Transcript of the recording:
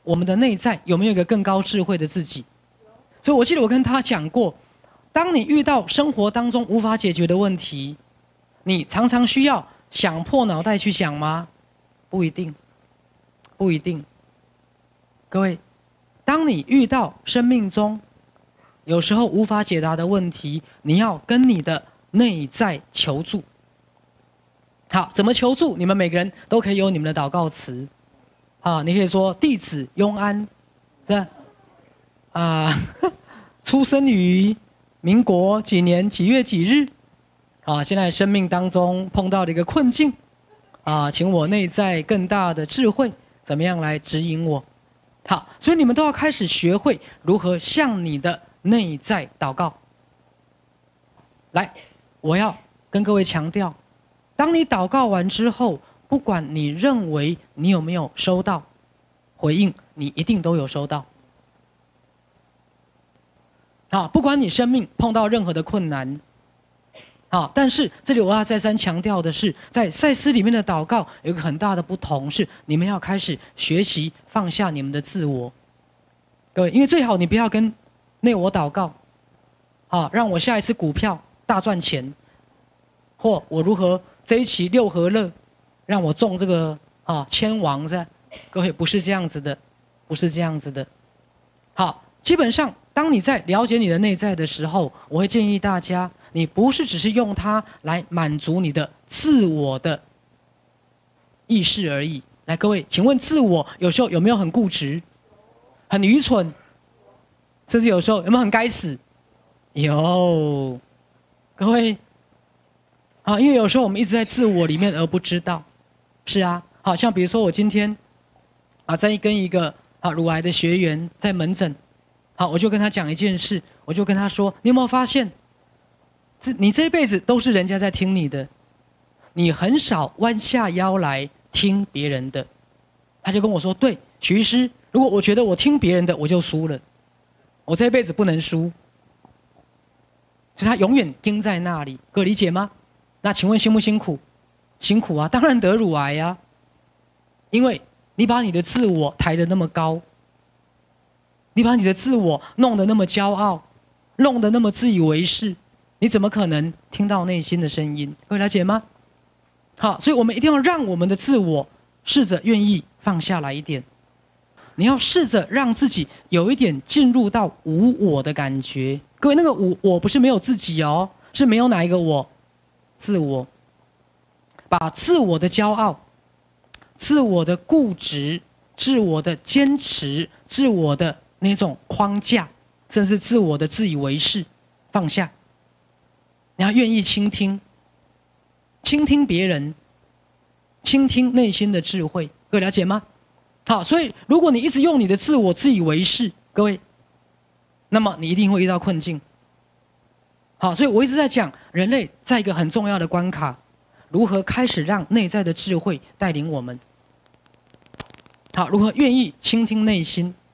我们的内在有没有一个更高智慧的自己？所以我记得我跟他讲过，当你遇到生活当中无法解决的问题，你常常需要想破脑袋去想吗？不一定，不一定。各位，当你遇到生命中有时候无法解答的问题，你要跟你的内在求助。好，怎么求助？你们每个人都可以有你们的祷告词。好，你可以说弟子雍安的出生于民国几年几月几日。现在生命当中碰到了一个困境。请我内在更大的智慧，怎么样来指引我？好，所以你们都要开始学会如何向你的内在祷告。来，我要跟各位强调，当你祷告完之后，不管你认为你有没有收到回应，你一定都有收到。不管你生命碰到任何的困难，但是这里我要再三强调的是，在赛斯里面的祷告有一个很大的不同，是你们要开始学习放下你们的自我。各位，因为最好你不要跟内我祷告，让我下一次股票大赚钱，或我如何这一期六合乐让我中这个千王噻。各位，不是这样子的，不是这样子的。好，基本上当你在了解你的内在的时候，我会建议大家，你不是只是用它来满足你的自我的意识而已。来，各位，请问自我有时候有没有很固执、很愚蠢，甚至有时候有没有很该死？有。各位，因为有时候我们一直在自我里面而不知道。是啊，好像比如说我今天在跟一个乳癌的学员在门诊，我就跟他讲一件事，我就跟他说，你有没有发现，你这一辈子都是人家在听你的，你很少弯下腰来听别人的。他就跟我说，对，许医师，如果我觉得我听别人的我就输了，我这一辈子不能输。所以他永远盯在那里，各位理解吗？那请问辛不辛苦？辛苦啊，当然得乳癌啊，因为你把你的自我抬得那么高，你把你的自我弄得那么骄傲，弄得那么自以为是，你怎么可能听到内心的声音？各位了解吗？好，所以我们一定要让我们的自我试着愿意放下来一点。你要试着让自己有一点进入到无我的感觉。各位，那个我不是没有自己哦，是没有哪一个我，自我。把自我的骄傲、自我的固执、自我的坚持、自我的那种框架，甚至自我的自以为是放下。你要愿意倾听，倾听别人，倾听内心的智慧。各位了解吗？好，所以如果你一直用你的自我自以为是，各位，那么你一定会遇到困境。好，所以我一直在讲，人类在一个很重要的关卡，如何开始让内在的智慧带领我们。好，如何愿意倾听内心，